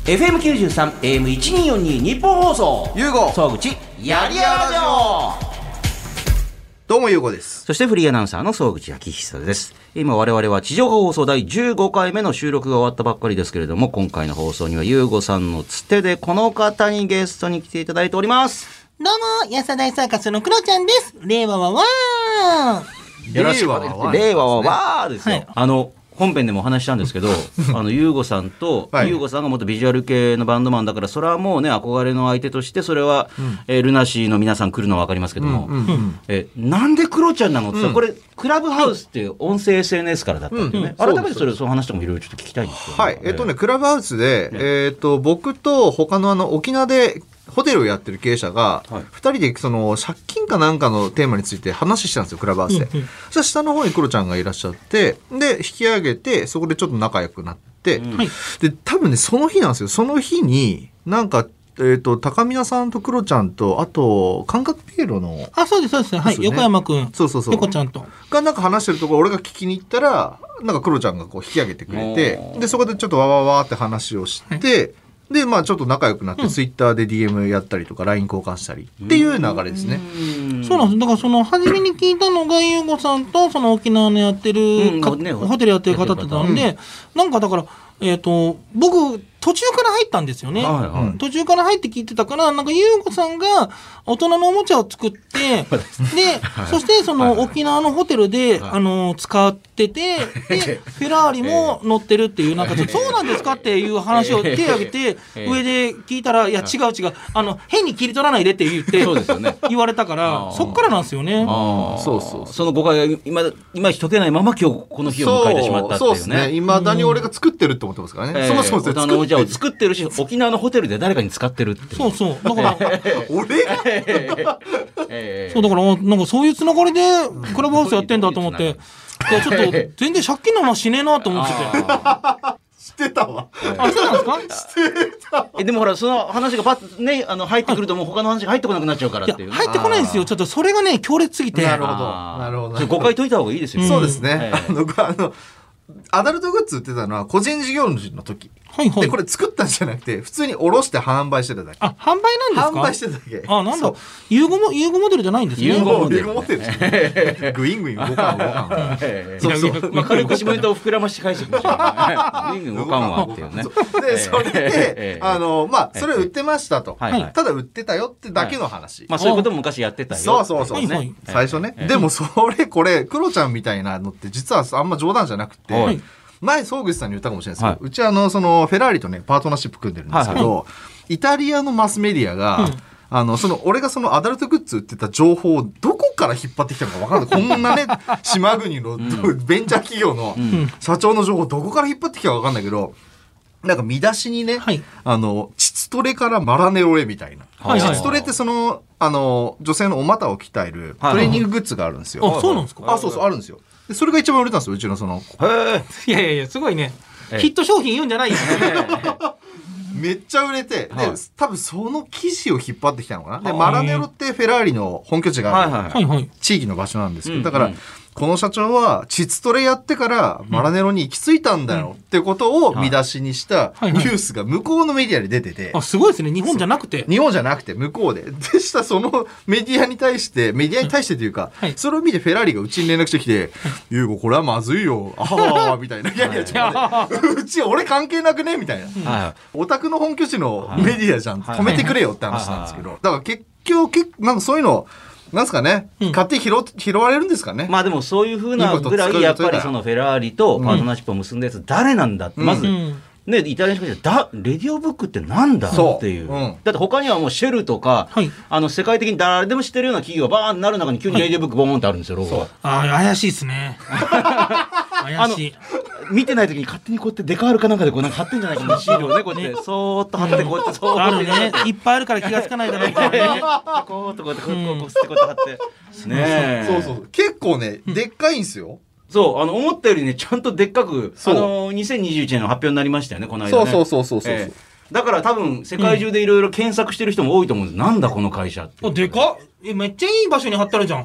FM93 AM1242 日本放送ゆうご総口やりやらじょどうもゆうごです。 そしてフリーアナウンサーの総口昭久です。今我々は地上波放送第15回目の収録が終わったばっかりですけれども、今回の放送にはゆうごさんのつてでこの方にゲストに来ていただいております。 どうも、安田大サーカスのクロちゃんです。令和はわー。 よろしくお願いします。令和はわーですよ。はい、本編でもお話したんですけどゆうごさんと、ゆうごさんが元ビジュアル系のバンドマンだから、それはもうね憧れの相手としてそれは、ルナシーの皆さん来るのは分かりますけども、なんでクロちゃんなのって、これクラブハウスっていう音声 SNS からだったんでね、改めてその話とかもいろいろちょっと聞きたいんですよ、ね。 はい、クラブハウスで、僕と他の沖縄でホテルをやってる経営者が2人でその借金かなんかのテーマについて話したんですよ、クラブハウスで。そしたら下の方にクロちゃんがいらっしゃって、で引き上げてそこでちょっと仲良くなって、で多分ねその日なんですよ。その日になんか高見さんとクロちゃんとあと感覚ピエロのそうですそうです、はい、横山くん、 そう横ちゃんとがなんか話してるところ俺が聞きに行ったら、なんかクロちゃんがこう引き上げてくれて、でそこでちょっとわわわって話をして、でまあちょっと仲良くなって、ツイッターで DM やったりとか LINE 交換したりっていう流れですね。 そうなんです。だからその初めに聞いたのがゆうごさんとその沖縄のやってる、ホテルやってる方だったんで、なんかだから僕途中から入ったんですよね、途中から入って聞いてたから、なんかゆうごさんが大人のおもちゃを作ってで、そしてその沖縄のホテルで、使ってて、でフェラーリも乗ってるっていう、なんかそうなんですかっていう話を手を挙げて上で聞いたら、いや違う変に切り取らないでって言って言われたから、そっからなんですよね。 その誤解がいまいち解けないまま今日この日を迎えてしまったっていうね。 そうですね。いまだに俺が作ってるって思ってますからね。そもそも大人のおもちゃを作ってるし、沖縄のホテルで誰かに使ってるって。 そうだから俺がそうだからなんかそういうつながりでクラブハウスやってんだと思って、いやちょっと全然借金のまましねえなと思ってて。 してたわ。 そうなんですか？ してた。 でもほらその話がパッとね入ってくるともう他の話が入ってこなくなっちゃうからっていう、ね。 入ってこないんですよ。ちょっとそれがね強烈すぎて。 なるほど。 誤解解いた方がいいですよ。 そうですね。アダルトグッズ売ってたのは個人事業主の時。でこれ作ったんじゃなくて普通に卸して販売してただけ。 販売なんですか？ 販売してただけ。 なんだ。ユーゴモデルじゃないんですね。 ユーゴモデル。グイングイン動かん。 そう。軽く下ネタを膨らまして返してくる。グイングイン動かんわっていうね。 でそれでまあそれ売ってましたと。ただ売ってたよってだけの話。 まあそういうことも昔やってたよ。 そう。最初ね。でもこれクロちゃんみたいなのって実はあんま冗談じゃなくて。前総口さんに言ったかもしれないですけど、うちそのフェラーリとねパートナーシップ組んでるんですけど、イタリアのマスメディアが、俺がそのアダルトグッズ売ってた情報をどこから引っ張ってきたのか分からない。こんなね島国のベンチャー企業の社長の情報どこから引っ張ってきたか分かんないけど、なんか見出しにね、膣トレからマラネロへみたいな。膣トレってその女性のお股を鍛えるトレーニンググッズがあるんですよ。 そうなんですか？ そうあるんですよ。それが一番売れたんですよ、うちのその。 いやすごいね。ヒット商品言うんじゃないよね。 めっちゃ売れて、で多分その記事を引っ張ってきたのかな。でマラネロってフェラーリの本拠地がある地域の場所なんですけど、だからこの社長は膣トレやってからマラネロに行き着いたんだよってことを見出しにしたニュースが向こうのメディアで出てて、 すごいですね。日本じゃなくて向こうでした。そのメディアに対してというか、それを見てフェラーリがうちに連絡してきて、ユーゴこれはまずいよみたいな。いやちょっと待って、うち俺関係なくねみたいな。オタクの本拠地のメディアじゃん、止めてくれよって話なんですけど、だから結局なんかそういうのなんですかね、勝手に拾われるんですかね。 まあでもそういう風なぐらいやっぱりそのフェラーリとパートナーシップを結んだやつ誰なんだって、まずね、イタリアの人がレディオブックってなんだっていう、だって他にはもうシェルとか、世界的に誰でも知ってるような企業がバーンなる中に急にレディオブックボーンってあるんですよ、ロゴが。 怪しいですね。怪しい。 見てない時に勝手にこうやってデカールかなんかでこうなんか貼ってんじゃないかな、シールをねこうやってそーっと貼ってこうやってそうあるね、いっぱいあるから気がつかないだろうからね。 こうやってこうやってこうやってこうやって貼ってね。 そう結構ねでっかいんですよ。 そう思ったよりねちゃんとでっかく2021年の発表になりましたよね、この間ね。 そうだから多分世界中でいろいろ検索してる人も多いと思うんです、なんだこの会社って。 でかっ。めっちゃいい場所に貼ってあるじゃん。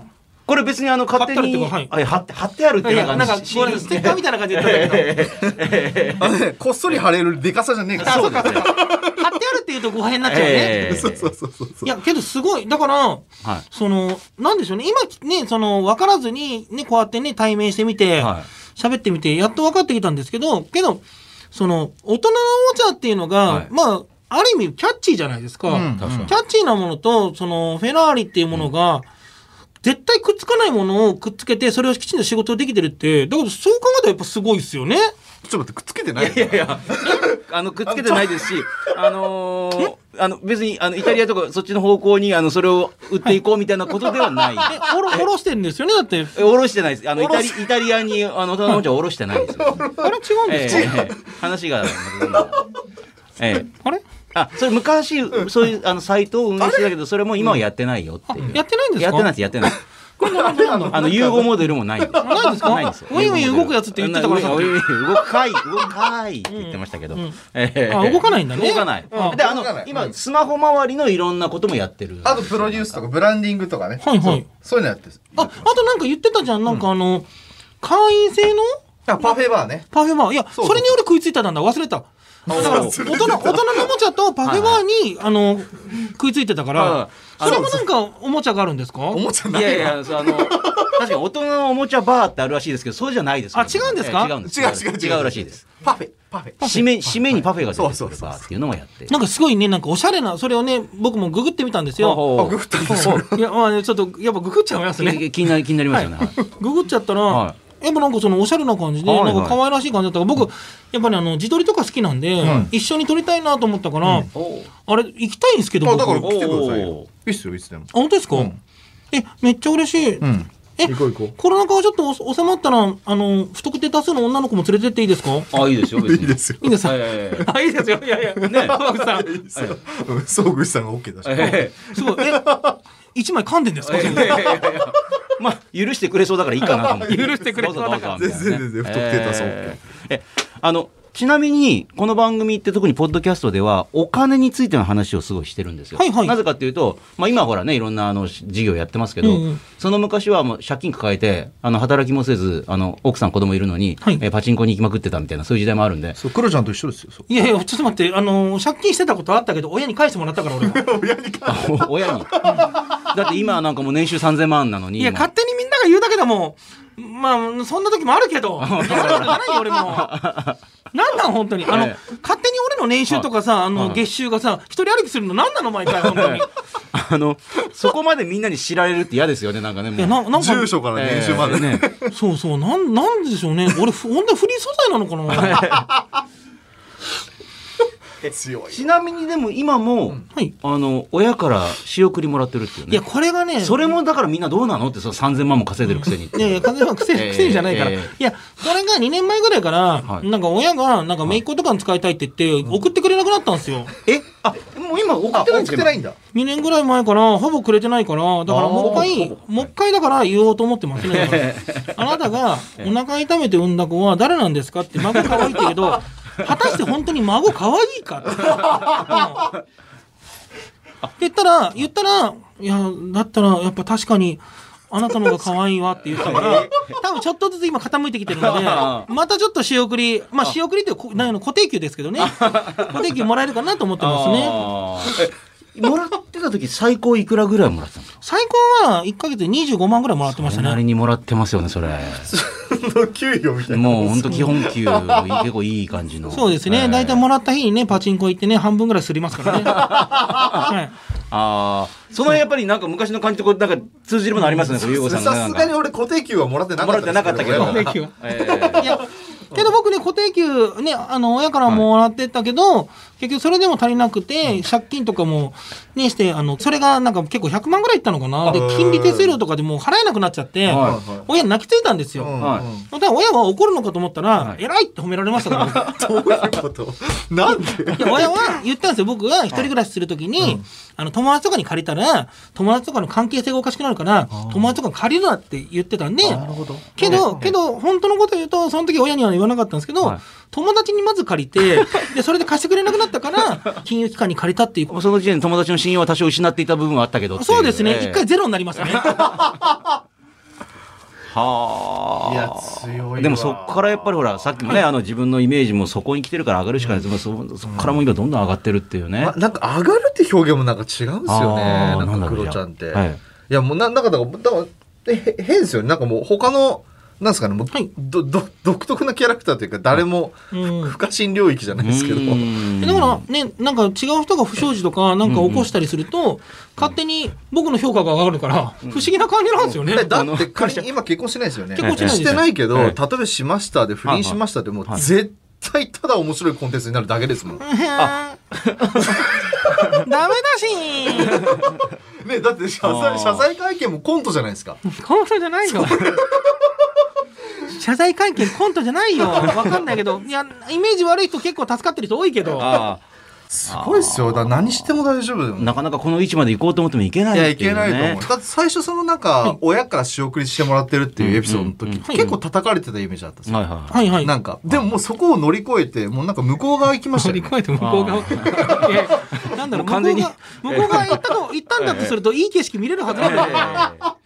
これ別に勝手に貼ってあるっていうなんかステッカーみたいな感じで言ったけどこっそり貼れるでかさじゃねえから。 そうですね。貼ってあるっていうと語弊になっちゃうね。 そう。 いやけどすごいだからなんでしょうね、今ね分からずにねこうやってね対面してみて喋ってみてやっと分かってきたんですけど、大人のおもちゃっていうのがまあある意味キャッチーじゃないですか。キャッチーなものとフェラーリっていうものが絶対くっつかないものをくっつけてそれをきちんと仕事できてるって、だからそう考えたらやっぱすごいですよね。 ちょっと待って、くっつけてない？ いやくっつけてないですし、別にイタリアとかそっちの方向にそれを売っていこうみたいなことではない。 下ろしてるんですよね、だって。 下ろしてないです。イタリアに大人のおもちゃを下ろしてないですよ。 あれ違うんですか？ 話があれ？ それ昔そういうサイトを運営してたけど、それも今はやってないよっていう。 やってないんですか？ やってない。融合モデルもないんです。 ないんですか？ウィンウィン動くやつって言ってたからさ。 動くかいって言ってましたけど。 動かないんだね。 動かない。で今スマホ周りのいろんなこともやってる。 あとプロデュースとかブランディングとかね。 はいはい。 そういうのやってる。 あとなんか言ってたじゃん、なんか会員制のパフェバーね。 パフェバー。いや、それにより食いついたんだ。忘れた。だから大人のおもちゃとパフェバーに食いついてたから、それもなんかおもちゃがあるんですか？ おもちゃない。 いや確かに大人のおもちゃバーってあるらしいですけど、そうじゃないです。 違うんですか？ 違うんです。 違うらしいです。 パフェ。 締めにパフェが出てくるバーっていうのもやって。 なんかすごいね、なんかおしゃれな、それをね、僕もググってみたんですよ。 ググったんですよ。 いや、ちょっとやっぱググっちゃいますね。 気になりますよね。 ググっちゃったら、やっぱなんかおしゃれな感じで、なんか可愛らしい感じだったから、僕やっぱり自撮りとか好きなんで、一緒に撮りたいなと思ったから、あれ行きたいんですけど、 だから来てくださいよ。いいっすよ、いつでも。 本当ですか？めっちゃ嬉しい。 行こう。 コロナ禍がちょっと収まったら不特定多数の女の子も連れてっていいですか？ いいですよ。 いいですよ。 いいですよ。いいですよ。いやね、総口さん。 総口さんが OK だし。 すごい。一枚噛んでんですか？ まあ許してくれそうだからいいかなと思って。 許してくれそうだから。 全然不特定多数 OK。ちなみにこの番組って特にポッドキャストではお金についての話をすごいしてるんですよ。なぜかっていうと、今ほらねいろんな事業やってますけど、その昔はもう借金抱えて働きもせず奥さん子供いるのに、パチンコに行きまくってたみたいなそういう時代もあるんで。 そう、クロちゃんと一緒ですよ。 いやちょっと待って、借金してたことあったけど親に返してもらったから俺は。 親にだって今なんかもう年収3000万なのに。 いや勝手にみんなが言うだけでもまあそんな時もあるけど俺もなん本当に勝手に俺の年収とかさ月収がさ一人歩きするのなんなの毎回本当にそこまでみんなに知られるって嫌ですよね。なんかねなんか住所から年収までね。 そうなんでしょうね。俺本当にフリー素材なのかな。 強い。 ちなみにでも今も、親から仕送りもらってるっていうね。 いやこれがね、 それもだからみんなどうなのって3000万も稼いでるくせに。 いや3000万くせにじゃないから。いやこれが2年前ぐらいからなんか親がなんか姪っ子とかに使いたいって言って送ってくれなくなったんですよ。 もう今送ってないんだ。 2年ぐらい前からほぼくれてないから、だからもう一回だから言おうと思ってますね。あなたがお腹痛めて産んだ子は誰なんですかって孫可愛いって言うけど。果たして本当に孫可愛いかって言ったらいやだったらやっぱ確かにあなたの方が可愛いわって言ったから多分ちょっとずつ今傾いてきてるのでまたちょっと仕送り仕送りって固定給ですけどね固定給もらえるかなと思ってますね。 もらってた時最高いくらぐらいもらってたんですか？ 最高は1ヶ月で25万ぐらいもらってましたね。 それなりにもらってますよねそれ。 給与みたいな。 もう本当基本給結構いい感じの。 そうですね。大体もらった日にねパチンコ行ってね半分ぐらいすりますからね。 そのやっぱりなんか昔の感じとなんか通じるものありますね。優吾さんが。 さすがに俺固定給はもらってなかったけど。 いやけど僕ね固定給ね親からもらってたけど、結局それでも足りなくて、借金とかもねしてそれがなんか結構100万ぐらいいったのかな。で金利手数料とかでもう払えなくなっちゃって、親に泣きついたんですよ。だから親は怒るのかと思ったら、偉いって褒められましたから。 どういうこと？なんで？ いや親は言ったんですよ。僕が一人暮らしするときに、友達とかに借りたら友達とかの関係性がおかしくなるから友達とか借りるなって言ってたんで。けど本当のこと言うとその時親には言わなかったんですけど、友達にまず借りてでそれで貸してくれなくなったから金融機関に借りたっていう。 その時点で友達の信用は多少失っていた部分はあったけど。 そうですね。一回ゼロになりましたね。 はいや強いわ。 でもそこからやっぱりほらさっきもね、自分のイメージもそこに来てるから上がるしかないです、そこからも今どんどん上がってるっていうね、 なんか上がるって表現もなんか違うんですよね。なんかクロちゃんって、いやもうなんかだから変ですよね。なんかもう他のなんですかね、もう、独特なキャラクターというか誰も不可侵領域じゃないですけど、だからね、なんか違う人が不祥事とかなんか起こしたりすると、勝手に僕の評価が上がるから不思議な感じなんですよね。 だって今結婚してないですよね。結婚してないけど、例えばしましたで不倫しましたでも絶対ただ面白いコンテンツになるだけですもん。ダメだしね、だって謝罪会見もコントじゃないですか。 コントじゃないよ。謝罪会見コントじゃないよ。わかんないけど、いやイメージ悪い人結構助かってる人多いけど。 すごいですよ。だから何しても大丈夫。 なかなかこの位置まで行こうと思ってもいけないっていう、ね。 いやいけないと思う。だって最初そのなんか親から仕送りしてもらってるっていうエピソードの時、結構叩かれてたイメージあったんですよ。 はいはい。 なんかでももうそこを乗り越えてもうなんか向こう側行きましたよね。 乗り越えて向こう側。なんだろう、向こう側行ったんだとするといい景色見れるはずなんだよ。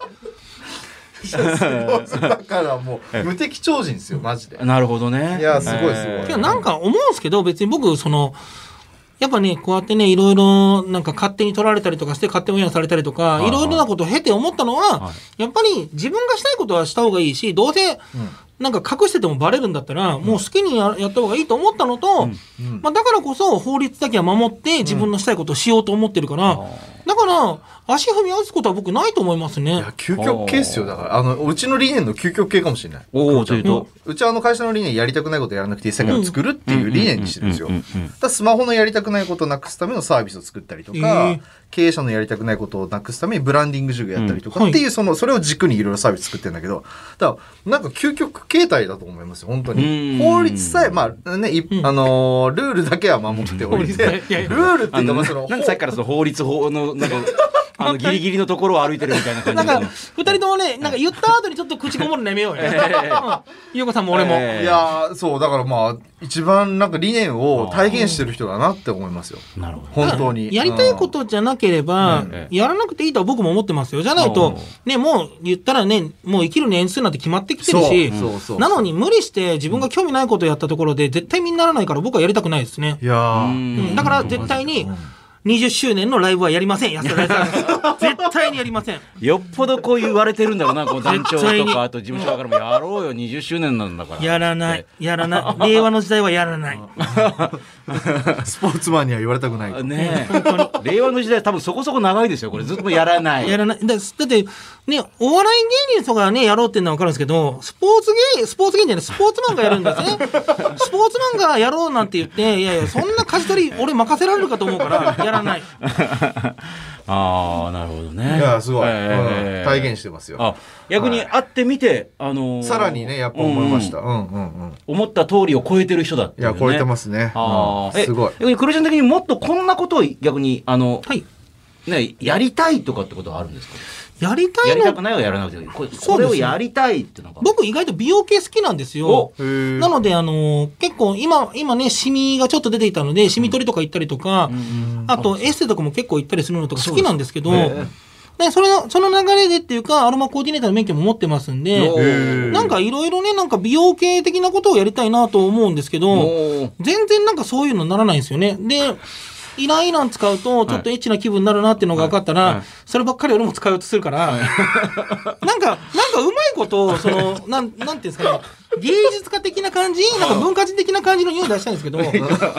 だからもう無敵超人ですよマジで。 なるほどね。 いやすごいすごい。 なんか思うんですけど、別に僕そのやっぱね、こうやってね、いろいろなんか勝手に取られたりとかして勝手にオンエアされたりとか、いろいろなことを経て思ったのは、やっぱり自分がしたいことはした方がいいし、どうせなんか隠しててもバレるんだったら、もう好きにやった方がいいと思ったのと、まあだからこそ法律だけは守って自分のしたいことをしようと思ってるから、だから足踏み外すことは僕ないと思いますね。いや究極系っすよ。だからうちの理念の究極系かもしれない。 おお、というと、 うち会社の理念、やりたくないことやらなくていい世界を作るっていう理念にしてるんですよ。だスマホのやりたくないことをなくすためのサービスを作ったりとか、経営者のやりたくないことをなくすためにブランディング授業やったりとかっていう、それを軸にいろいろサービス作ってるんだけど、だからなんか究極形態だと思いますよ本当に。法律さえまあね、ルールだけは守っておいて、ルールっていうかまあなんでさっきからその法律法のなんかギリギリのところを歩いてるみたいな感じで。 なんか二人ともね、なんか言った後にちょっと口こもるのやめようよ。ゆうこさんも俺も。 いやそうだからまあ一番なんか理念を体現してる人だなって思いますよ。 なるほど。本当に。 やりたいことじゃなければやらなくていいとは僕も思ってますよ。じゃないとね、もう言ったらね、もう生きる年数なんて決まってきてるし、なのに無理して自分が興味ないことをやったところで絶対みんなならないから僕はやりたくないですね。 いやだから絶対に。20周年のライブはやりません。安田大さん絶対にやりません。 よっぽどこう言われてるんだろうな、この団長とかあと事務所からもやろうよ、20周年なんだから。 やらない令和の時代はやらない。 スポーツマンには言われたくないね。本当に令和の時代多分そこそこ長いですよこれ。ずっとやらない。 だってね、お笑い芸人とかねやろうっていうのは分かるんですけど、スポーツ芸人じゃない、スポーツマンがやるんですね。スポーツマンがやろうなんて言って、いやいやそんな舵取り俺任せられるかと思うからやらない。 ああ、なるほどね。 いやすごい、体現してますよ。 逆に会ってみて、 さらにねやっぱ思いました。 思った通りを超えてる人だっていうね。 いや超えてますね。すごい。 逆にクロちゃん的にもっとこんなことを逆にね、やりたいとかってことはあるんですか？ やりたくないはやらなくていい。これをやりたいってなんか。 僕意外と美容系好きなんですよ。なので結構今ねシミがちょっと出ていたのでシミ取りとか行ったりとか、あとエステとかも結構行ったりするのとか好きなんですけど、その流れでっていうかアロマコーディネーターの免許も持ってますんで、なんかいろいろねなんか美容系的なことをやりたいなと思うんですけど、全然なんかそういうのにならないんですよね。でイライラン使うとちょっとエッチな気分になるなっていうのが分かったら、そればっかり俺も使おうとするから、なんかうまいことなんていうんですかね、芸術家的な感じ、なんか文化人的な感じの匂い出したいんですけど、どう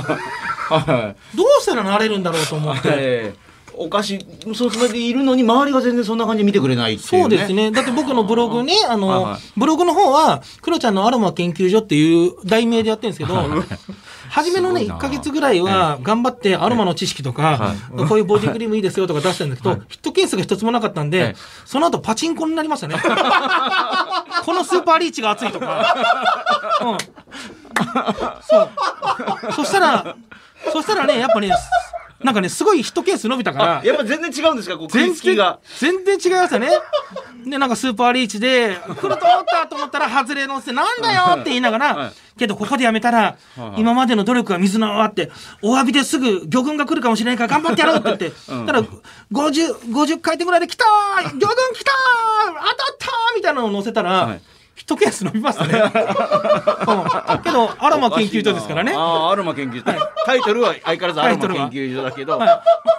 したらなれるんだろうと思って。 おかしい、それでいるのに周りが全然そんな感じで見てくれないっていうね。 そうですね。だって僕のブログね、ブログの方はクロちゃんのアロマ研究所っていう題名でやってるんですけど、初めのね1ヶ月ぐらいは頑張ってアロマの知識とか、こういうボディクリームいいですよとか出したんですけど、ヒットケースが一つもなかったんで、その後パチンコになりましたね。このスーパーリーチが熱いとか。そしたらねやっぱねなんかね、すごい1ケース伸びたから。 やっぱ全然違うんですか、こう食いつきが。 全然違いましたね。で、なんかスーパーリーチで、来ると思ったと思ったら、外れのせなんだよって言いながら、けどここでやめたら、今までの努力は水の泡って、お詫びですぐ魚群が来るかもしれないから頑張ってやろうって言って、ただ、50回転ぐらいで来たー魚群来たー当たったーみたいなのを載せたら、1ケース伸びましたね。けど、アロマ研究所ですからね。 アロマ研究所。タイトルは相変わらずアロマ研究所だけど。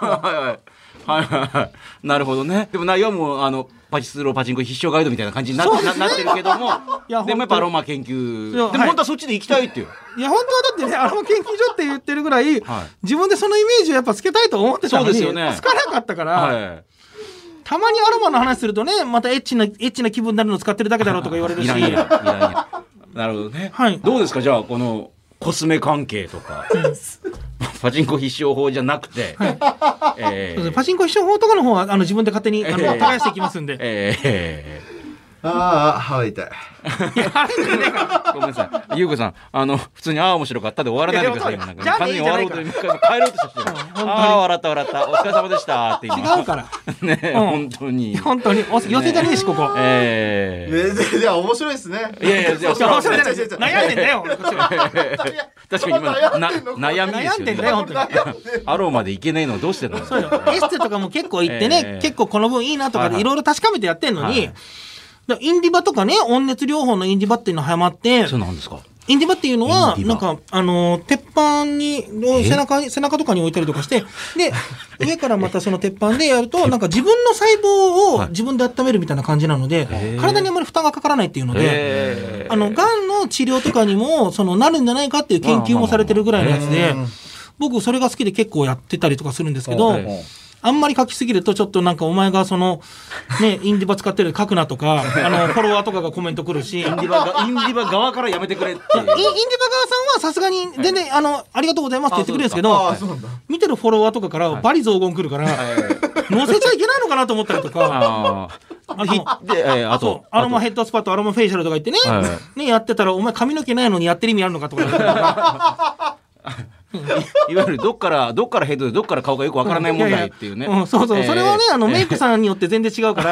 なるほどね。でも内容はもう、パチスロパチンコ必勝ガイドみたいな感じになってるけども、でもやっぱアロマ研究。でも本当はそっちで行きたいっていう。 いや、本当はだってね、アロマ研究所って言ってるぐらい、自分でそのイメージをやっぱつけたいと思ってたのに、つかなかったから、たまにアロマの話するとね、またエッチな気分になるの使ってるだけだろうとか言われるし。なるほどね。どうですか、じゃあ、このコスメ関係とか。パチンコ必勝法じゃなくて。 パチンコ必勝法とかの方は自分で勝手に耕していきますんで。 歯痛い。 ごめんなさい。ゆうこさん、普通に面白かったで終わらないでください。なんか完全に終わろうと、帰ろうとしてる。笑った。お疲れ様でしたって今。 違うから。 ね、本当に。 寄せじゃねえし、ここ。 いや、面白いですね。 いや、 面白いじゃない。悩んでんだよ。 確かに今、悩みですよね。 悩んでんだよ、本当に。 アロマでいけないのどうしてんの？ そうよ。エステとかも結構行ってね、結構この分いいなとかでいろいろ確かめてやってんのに、インディバとかね、温熱療法のインディバっていうのはまって、 そうなんですか。 インディバっていうのは、なんか、鉄板背中とかに置いたりとかして、で、上からまたその鉄板でやると、なんか自分の細胞を自分で温めるみたいな感じなので、体にあまり負担がかからないっていうので、がんの治療とかにも、なるんじゃないかっていう研究もされてるぐらいのやつで、僕それが好きで結構やってたりとかするんですけど、あんまり書きすぎるとちょっとなんかお前がインディバ使ってる書くなとか、フォロワーとかがコメント来るし、インディバ側からやめてくれって。 インディバ側さんはさすがに全然ありがとうございますって言ってくれるんですけど、見てるフォロワーとかからバリ雑言来るから、載せちゃいけないのかなと思ったりとか、あとアロマヘッドスパとアロマフェイシャルとか言ってね、やってたらお前髪の毛ないのにやってる意味あるのかとか。 いわゆるどっからヘッドでどっから顔がよくわからない問題っていうね。 そうそれはねメイクさんによって全然違うから。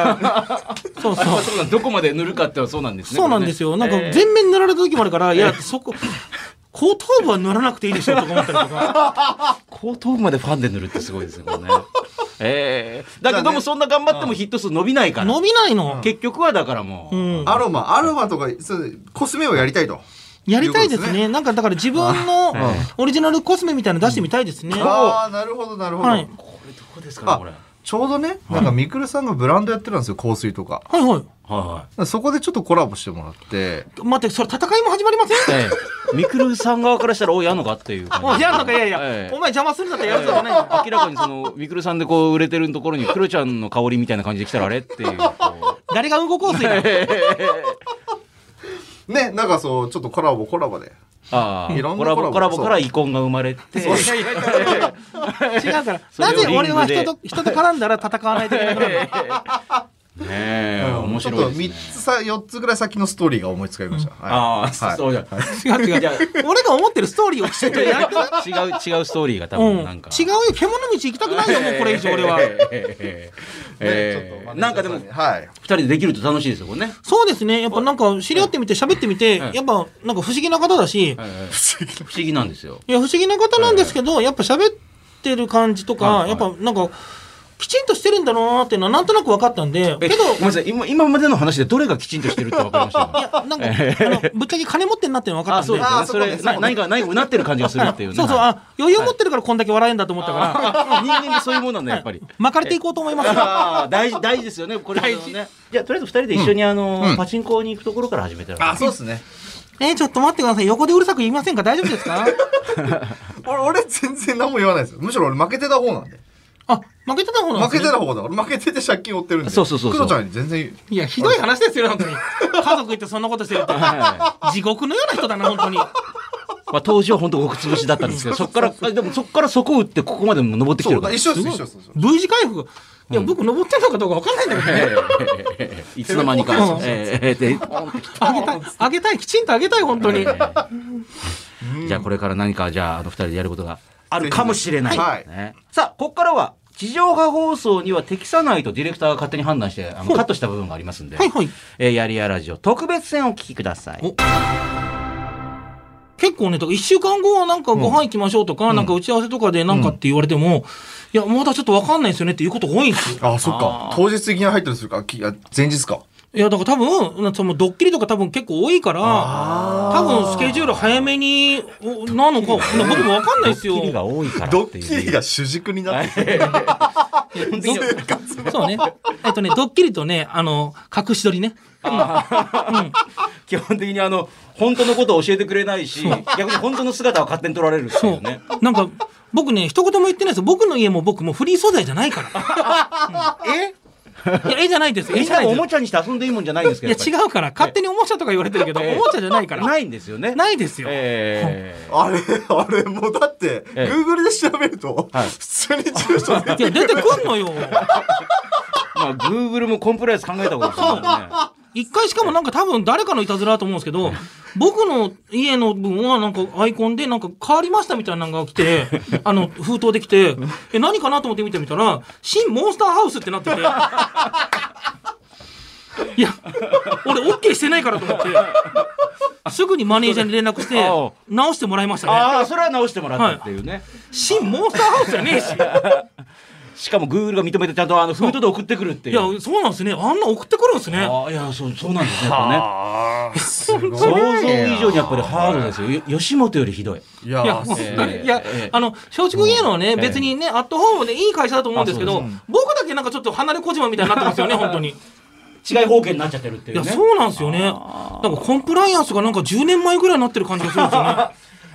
そうどこまで塗るかってそうなんですね。 そうなんですよ。なんか全面塗られた時もあるから、いや後頭部は塗らなくていいでしょとか思ったりとか。 後頭部までファンで塗るってすごいですよね。だけどもそんな頑張ってもヒット数伸びないから。 伸びないの。 結局はだからもうアロマとかコスメをやりたいと。 やりたいですね。なんかだから自分のオリジナルコスメみたいなの出してみたいですね。 ああ、なるほどなるほど。これどこですかね、これ。 ちょうどね、なんかみくるさんがブランドやってるんですよ、香水とか。 はいはい。 そこでちょっとコラボしてもらって。 待って、それ戦いも始まりません？ みくるさん側からしたらやんのかっていう感じ。 やんのか、いやお前邪魔するんだったらやるぞじゃない。 明らかにみくるさんでこう売れてるところにクロちゃんの香りみたいな感じで来たらあれっていう。 誰がうんこ香水だ。 ね、なんかちょっとコラボで。 いろんなコラボから遺恨が生まれて。違うから。なぜ俺は人と絡んだら戦わないといけないの？ ねえ、面白い。 ちょっと4つぐらい先のストーリーが思いつかりました。 そうじゃ。違う。俺が思ってるストーリーをきちんとやって違うストーリーが多分なんか。 違うよ、獣道行きたくないよ、もうこれ以上俺は。 なんかでも2人でできると楽しいですよね。 そうですね。やっぱなんか知り合ってみて喋ってみて、やっぱなんか不思議な方だし、 不思議なんですよ。 いや不思議な方なんですけど、やっぱ喋ってる感じとか、やっぱなんかきちんとしてるんだろうなっていうのはなんとなく分かったんで。 けどごめんなさい、今までの話でどれがきちんとしてるって分かりましたか？ いやなんかぶっちゃけ金持ってんなっていうの分かったんで。 あ、そうですね。それ何かうなってる感じがするっていうね。 そう余裕持ってるからこんだけ笑えんだと思ったから。 人間でそういうもんなんだやっぱり。 巻かれていこうと思います。 大事ですよね。これね。じゃあとりあえず2人で一緒にパチンコに行くところから始めてる。 あ、そうですね。 ちょっと待ってください。横でうるさく言いませんか？大丈夫ですか？ 俺全然何も言わないですよ。むしろ俺負けてた方なんで。 負けてた方なんですね。 負けてた方だ。俺負けてて借金負ってるんで。 そう。 クロちゃんに全然。 いや、ひどい話ですよ、本当に。家族行ってそんなことしてるって。地獄のような人だな、本当に。 当時は本当ごくつぶしだったんですけど、そっからそこ打ってここまでも登ってきてるから。 一緒です。 V 字回復。いや、僕登ってるのかどうか分かんないんだけどね。 いつの間にか。 あげたい、きちんとあげたい、本当に。 じゃあこれから何か、2人でやることがあるかもしれない。 はいね、さあ、ここからは、地上波放送には適さないとディレクターが勝手に判断して、カットした部分がありますんで、やりやラジオ特別編をお聞きください。 結構ね、1週間後はなんかご飯行きましょうとか、なんか打ち合わせとかでなんかって言われても、いや、まだちょっとわかんないですよねっていうことが多いんですよ。 あ、そっか。当日的に入ったりするか、前日か。 いや、だから多分、そのドッキリとか多分結構多いから、多分スケジュール早めに、なのか、僕もわかんないですよ。 ドッキリが多いから。 ドッキリが主軸になってる。 そうね。ドッキリとね、隠し撮りね。 基本的に本当のことを教えてくれないし、逆に本当の姿を勝手に撮られるっていうね。 なんか、僕ね、一言も言ってないですよ。僕の家も僕もフリー素材じゃないから。いや、絵じゃないです。 絵じゃないです。おもちゃにして遊んでいいもんじゃないんですけど。 いや、違うから。勝手におもちゃとか言われてるけど、おもちゃじゃないから。 ないんですよね。 ないですよ。 あれ、もうだって、Google で調べると、普通に住所出てくる。いや、出てくんのよ。 まあ、Google もコンプライアンス考えた方がいいですよね。 一回しかもなんか多分誰かのいたずらだと思うんですけど、僕の家の分はなんかアイコンでなんか変わりましたみたいなのが来て、封筒で来て、何かなと思って見てみたら、新モンスターハウスってなってて、いや、俺 OK してないからと思って、すぐにマネージャーに連絡して、直してもらいましたね。 ああ、それは直してもらったっていうね。 新モンスターハウスじゃねえし。 しかも Google が認めてちゃんと封筒で送ってくるっていう。 いや、そうなんですね。あんな送ってくるんですね。 いや、そうなんですね。やっぱね。想像以上にやっぱりハードですよ。吉本よりひどい。 いや、本当に。いや、松竹芸能はね、別にね、アットホームでいい会社だと思うんですけど、僕だけなんかちょっと離れ小島みたいになってますよね、本当に。 違い方形になっちゃってるっていうね。 いや、そうなんですよね。なんかコンプライアンスがなんか10年前ぐらいになってる感じがするんですよね。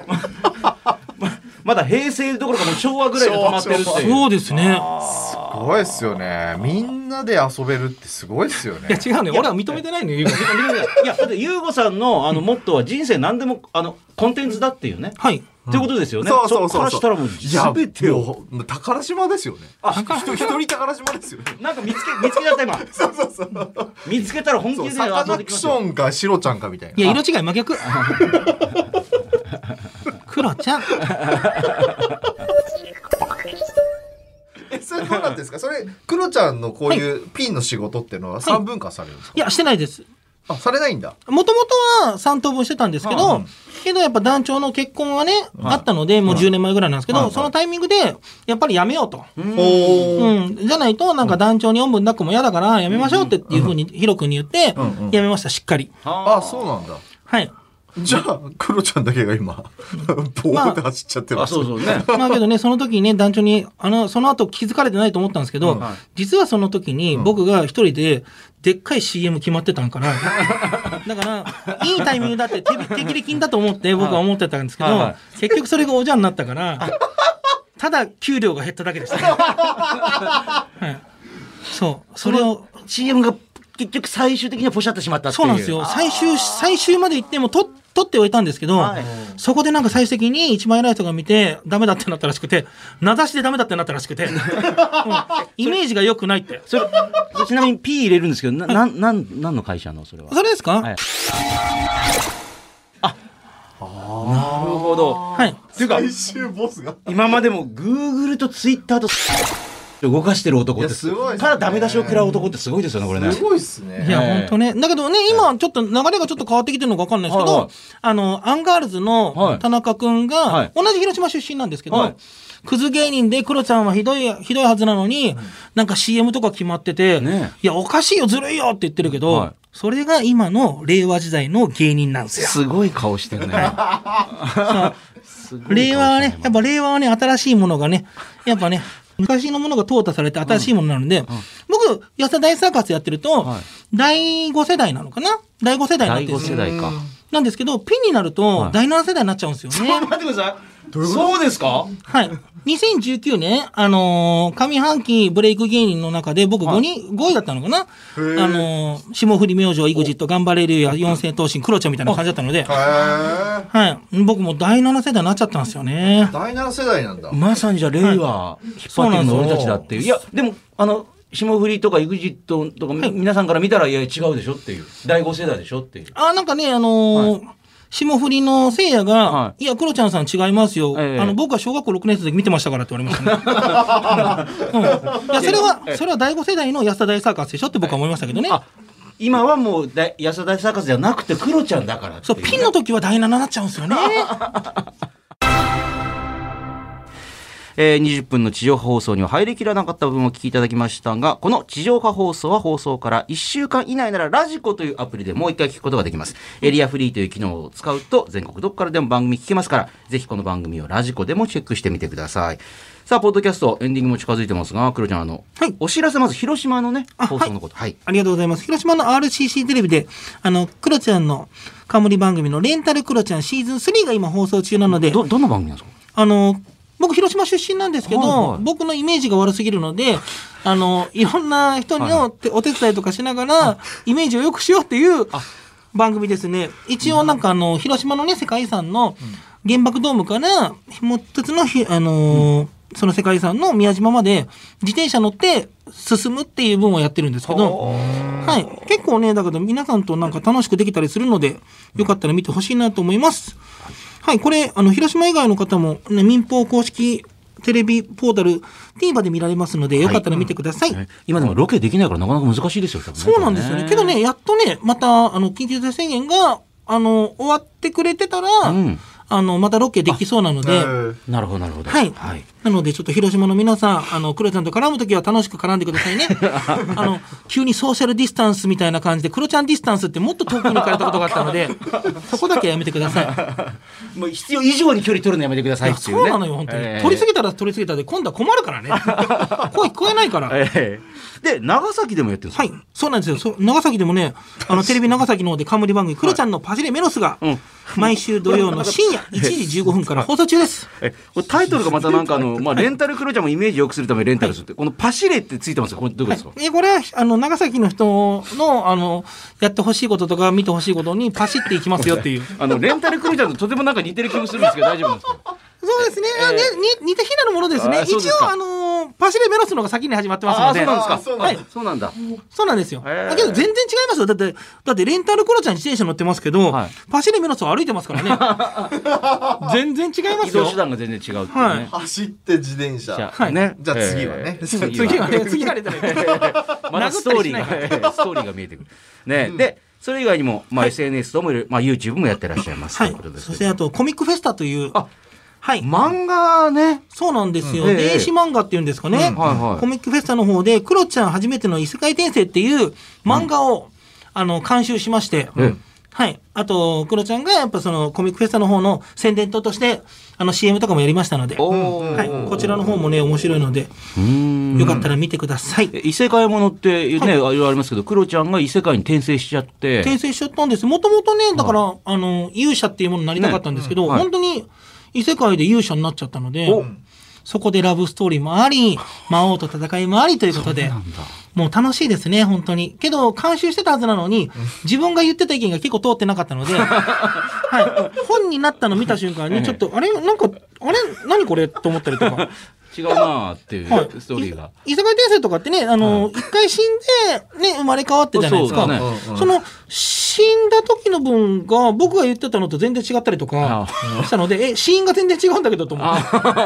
まだ平成どころかもう昭和ぐらいで止まってるっていう。 そうですね。 すごいですよね。みんなで遊べるってすごいですよね。 いや違うね。俺は認めてないのよ。いや、だって優吾さんのモットーは人生何でもコンテンツだっていうね。 はい。 っていうことですよね。 そう。 そこからしたらもう全てを宝島ですよね。一人宝島ですよね。 なんか見つけちゃった今。そう。見つけたら本気で遊んできますよ。 サカナクションかシロちゃんかみたいな。 いや、色違い真逆。クロちゃん。 それどうなんですか。それクロちゃんのこういうピンの仕事っていうのは3分割されるんですか。 いや、してないです。 あ、されないんだ。 もともとは3等分してたんですけど、やっぱ団長の結婚はね、あったので、もう10年前ぐらいなんですけど、そのタイミングで、やっぱりやめようと。じゃないと、なんか団長におんぶん抱っこも嫌だから、やめましょうっていうふうに、ヒロ君に言って、やめました、しっかり。 あ、そうなんだ。 はい。 じゃあ、クロちゃんだけが今、ボーって走っちゃってます。 そうね。 まあけどね、その時にね、団長に、その後気づかれてないと思ったんですけど、実はその時に僕が一人で、でっかい CM 決まってたんから、だから、いいタイミングだって手切り金だと思って僕は思ってたんですけど、結局それがおじゃになったから、ただ給料が減っただけでしたね。そう。それを、 CM が結局最終的にはポシャってしまったっていう。 そうなんですよ。最終まで行っても取っておいたんですけど、そこでなんか最終的に一番偉い人が見てダメだってなったらしくて、名指しでダメだってなったらしくて、イメージが良くないって。 それちなみに P 入れるんですけど、何の会社のそれは。 それですか？ はい、なるほど。 はい。 っていうか最終ボスが今までも Google と Twitter と動かしてる男ってすごい、 からダメ出しを食らう男ってすごいですよね、これね。 すごいっすね。 いや、本当ね。だけどね、今ちょっと流れがちょっと変わってきてるのか分かんないですけど、アンガールズの田中くんが、同じ広島出身なんですけど、クズ芸人でクロちゃんはひどいはずなのに、なんか CM とか決まってて、いや、おかしいよ、ずるいよって言ってるけど、それが今の令和時代の芸人なんですよ。 すごい顔してるね。 令和はね、やっぱ令和はね、新しいものがね、やっぱね、昔のものが淘汰されて新しいものなので、僕、安田大サーカスやってると、第5世代なのかな？第5世代になってるんですよ。 第5世代か。 なんですけど、ピンになると、第7世代になっちゃうんですよね。 待ってください。そうですか？ はい。2019年、上半期ブレイク芸人の中で僕5位だったのかな？霜降り明星、EXIT、頑張れるや四千頭身、クロちゃんみたいな感じだったので、はい。僕も第7世代になっちゃったんですよね。 第7世代なんだ。 まさにじゃあ令和、引っ張ってるの俺たちだっていう。いや、でも、霜降りとか EXIT とか、皆さんから見たら、いや、違うでしょっていう。第5世代でしょっていう。 なんかね、 霜降りのせいやが、いや、クロちゃんさん違いますよ。僕は小学校6年生で見てましたからって言われましたね。いや、それは第5世代の安田大サーカスでしょって僕は思いましたけどね。 今はもう安田大サーカスじゃなくてクロちゃんだからって。 そう、ピンの時は第7になっちゃうんですよね。 20分の地上波放送には入りきらなかった部分をお聞きいただきましたが、この地上波放送は放送から1週間以内ならラジコというアプリでもう一回聞くことができます。エリアフリーという機能を使うと全国どこからでも番組聞けますから、ぜひこの番組をラジコでもチェックしてみてください。さあ、ポッドキャストエンディングも近づいてますが、クロちゃんお知らせ、まず広島のね放送のこと。 ありがとうございます。広島の RCC テレビでクロちゃんの冠番組のレンタルクロちゃんシーズン3が今放送中なので。 どんな番組なんですか？ 僕広島出身なんですけど、僕のイメージが悪すぎるので、いろんな人のお手伝いとかしながらイメージを良くしようっていう番組ですね。一応なんか広島のね世界遺産の原爆ドームからもう一つのその世界遺産の宮島まで自転車乗って進むっていう分をやってるんですけど、結構ねだけど皆さんとなんか楽しくできたりするので、よかったら見てほしいなと思います。これ広島以外の方も、ね、民放公式テレビポータル TVer で見られますので、よかったら見てください。 今でもロケできないからなかなか難しいですよ。 そうなんですよね。けどね、やっとねまた緊急事態宣言が終わってくれてたら、またロケできそうなので。 なるほどなるほど。 なのでちょっと広島の皆さんクロちゃんと絡むときは楽しく絡んでくださいね。急にソーシャルディスタンスみたいな感じでクロちゃんディスタンスってもっと遠くに行かれたことがあったのでそこだけやめてください。 もう必要以上に距離取るのやめてくださいっていうね。 そうなのよ本当に、取りすぎたら取りすぎたで今度は困るからね。声聞こえないから。 で長崎でもやってるんですか？ そうなんですよ。長崎でもねテレビ長崎の方で冠番組クロちゃんのパシレメロスが毎週土曜の深夜1時15分から放送中です。 これタイトルがまたなんかレンタルクロちゃんもイメージ良くするためにレンタルするって、このパシレってついてますよ。これどういうことですか？ これは長崎の人のやってほしいこととか見てほしいことにパシっていきますよっていう。 レンタルクロちゃんととてもなんか似てる気もするんですけど大丈夫なんですか？ そうですね。似たひなのものですね。一応パシレメロスのが先に始まってますので。 そうなんですか。そうなんだ。 そうなんですよ。だけど全然違いますよ。だってレンタルクロちゃん自転車乗ってますけど、パシレメロスは歩いてますからね。全然違いますよ。 移動手段が全然違うってね。走って自転車。ね。じゃあ次はね。 次はまだストーリーが見えてくる。ね。でそれ以外にもSNS ともYouTube もやってらっしゃいます。 そしてあとコミックフェスタという。 漫画ね。 そうなんですよ。電子漫画っていうんですかね。コミックフェスタの方でクロちゃん初めての異世界転生っていう漫画を監修しまして、あとクロちゃんがやっぱそのコミックフェスタの方の宣伝塔としてCM とかもやりましたので、こちらの方もね面白いのでよかったら見てください。 異世界ものってねいろいろありますけど、クロちゃんが異世界に転生しちゃったんです。もともとねだから勇者っていうものになりたかったんですけど、本当に異世界で勇者になっちゃったので、そこでラブストーリーもあり魔王と戦いもありということで、もう楽しいですね本当に。けど監修してたはずなのに自分が言ってた意見が結構通ってなかったので本になったの見た瞬間にちょっと何これと思ったりとか違うなーっていうストーリーが、 異世界転生とかってね一回死んでね生まれ変わってじゃないですか。その死んだ時の分が僕が言ってたのと全然違ったりとかしたので死因が全然違うんだけどと思って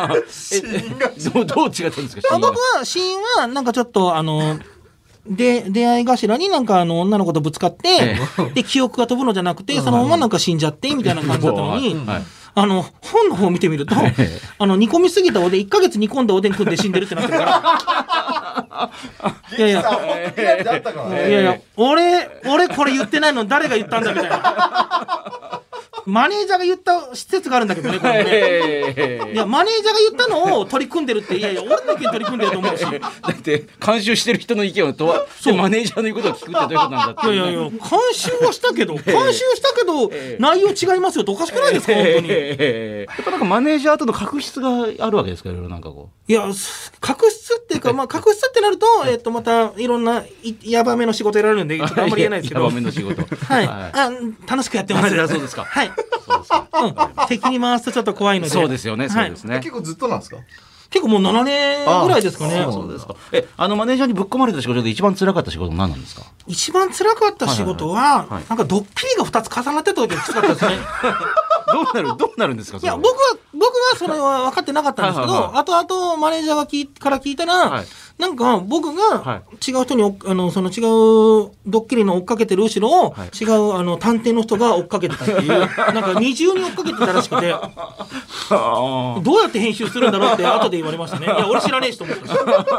どう違ったんですか？ 僕は死因はなんかちょっと出会い頭になんか女の子とぶつかって、で記憶が飛ぶのじゃなくてそのままなんか死んじゃってみたいな感じだったのに、本の方を見てみると煮込みすぎたおでん1ヶ月煮込んだおでん食って死んでるってなってるからいやいや俺これ言ってないのに誰が言ったんだみたいなマネージャーが言った施設があるんだけどね、これね。いや、マネージャーが言ったのを取り組んでるって、いやいや、俺の意見取り組んでると思うし。だって、監修してる人の意見をマネージャーの言うことを聞くってどういうことなんだって、 いやいや、監修はしたけど、内容違いますよっておかしくないですか、本当に。 やっぱなんかマネージャーとの確執があるわけですか、いろいろなんかこう。いや、確執っていうか、確執ってなると、またいろんなヤバめの仕事やられるんで、ちょっとあんまり言えないですけど。 ヤバめの仕事。 はい。楽しくやってます。 そうですか。 はい。敵に回すとちょっと怖いので。 そうですよね。そうですね。 結構ずっとなんですか？ 結構もう7年ぐらいですかね。 そうですか。マネージャーにぶっ込まれた仕事で一番辛かった仕事は何なんですか？ 一番辛かった仕事は、なんかドッキリが2つ重なってた時がきつかったですね。 どうなるんですか？ いや、僕はそれは分かってなかったんですけど、後々マネージャーから聞いたら、なんか僕が違う人にその違うドッキリの追っかけてる後ろを違う探偵の人が追っかけてたっていう、なんか二重に追っかけてたらしくて、どうやって編集するんだろうって後で言われましたね。いや、俺知らねえしと思ったし。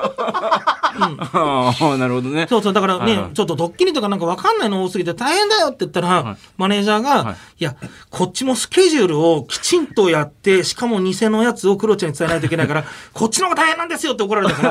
なるほどね。 そうだからね、ちょっとドッキリとかなんか分かんないの多すぎて大変だよって言ったら、マネージャーが、いや、こっちもスケジュールをきちんとやって、しかも偽のやつをクロちゃんに伝えないといけないから、こっちの方が大変なんですよって怒られたから、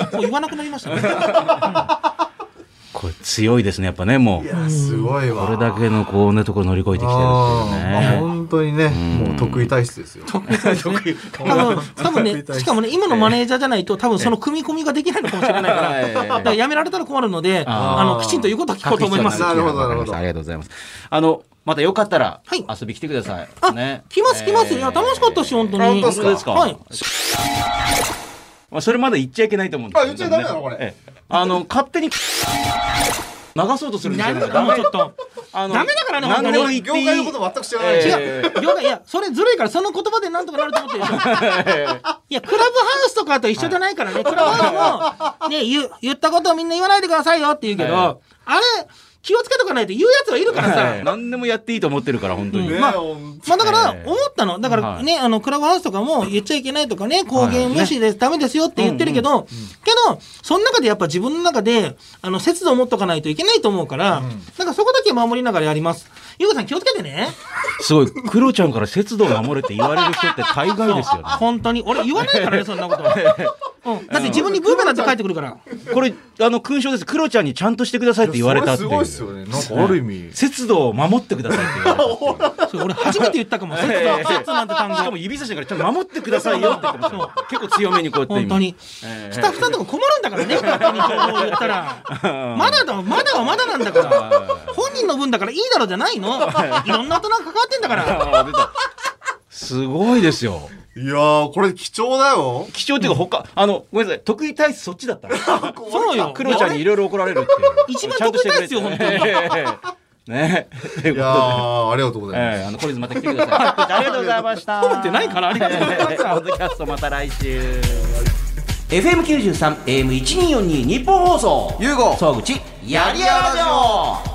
もう言わなくなりましたね。 これ強いですね、やっぱね、もう。 いや、すごいわ。 これだけのこうねところ乗り越えてきてるっていうね。 本当にね、もう得意体質ですよ。 多分ね、しかもね、今のマネージャーじゃないと多分その組み込みができないのかもしれないから、だからやめられたら困るので、きちんと言うことは聞こうと思います。 なるほど、なるほど。 ありがとうございます。またよかったら遊び来てください。 来ます。いや、楽しかったし、本当に。 本当ですか？ はい。 それまだ言っちゃいけないと思うんですよ。言っちゃダメなのこれ。 勝手に流そうとするんですよ。 もうちょっとダメだからね、 本当に。業界のこと全く知らない。 違う。業界、いや、それずるいから、その言葉でなんとかなると思ってるでしょ。いや、クラブハウスとかと一緒じゃないからね。クラブハウスもね、言ったことをみんな言わないでくださいよって言うけど、あれ気をつけとかないと言うやつはいるからさ。 何でもやっていいと思ってるから、本当に。 まあだから思ったの。だからね、クラブハウスとかも言っちゃいけないとかね、公言無視でダメですよって言ってるけど、その中でやっぱ自分の中で節度を持っとかないといけないと思うから、なんかそこだけ守りながらやります。ゆうこさん気をつけてね。 すごい、クロちゃんから節度を守れって言われる人って大概ですよね。 本当に。俺言わないからね、そんなこと。だって自分にブーメランって帰ってくるから。 これ、勲章です。クロちゃんにちゃんとしてくださいって言われたっていう。 すごいっすよね。なんかある意味。 節度を守ってくださいって言われた。 俺初めて言ったかも。節なんて単語。 しかも指差しながらちゃんと守ってくださいよって言ってました。結構強めにこうやって。 本当に。スタッフさんとか困るんだからね、勝手に情報を言ったら。まだなんだから。本人の分だからいいだろじゃないの。いろんな大人が関わってんだから。 すごいですよ。 いやー、これ貴重だよ。 貴重っていうかごめんなさい、得意体質そっちだった。 そうよ。 クロちゃんにいろいろ怒られるっていう。 一番得意体質よ、本当に。 ね。 いやー、ありがとうございます。 これまた来てください。ありがとうございました。 褒めてないから、ありがとうございます。 ポッドキャストまた来週。FM93 AM1242 日本放送。 ゆうご総口やりやらじょう。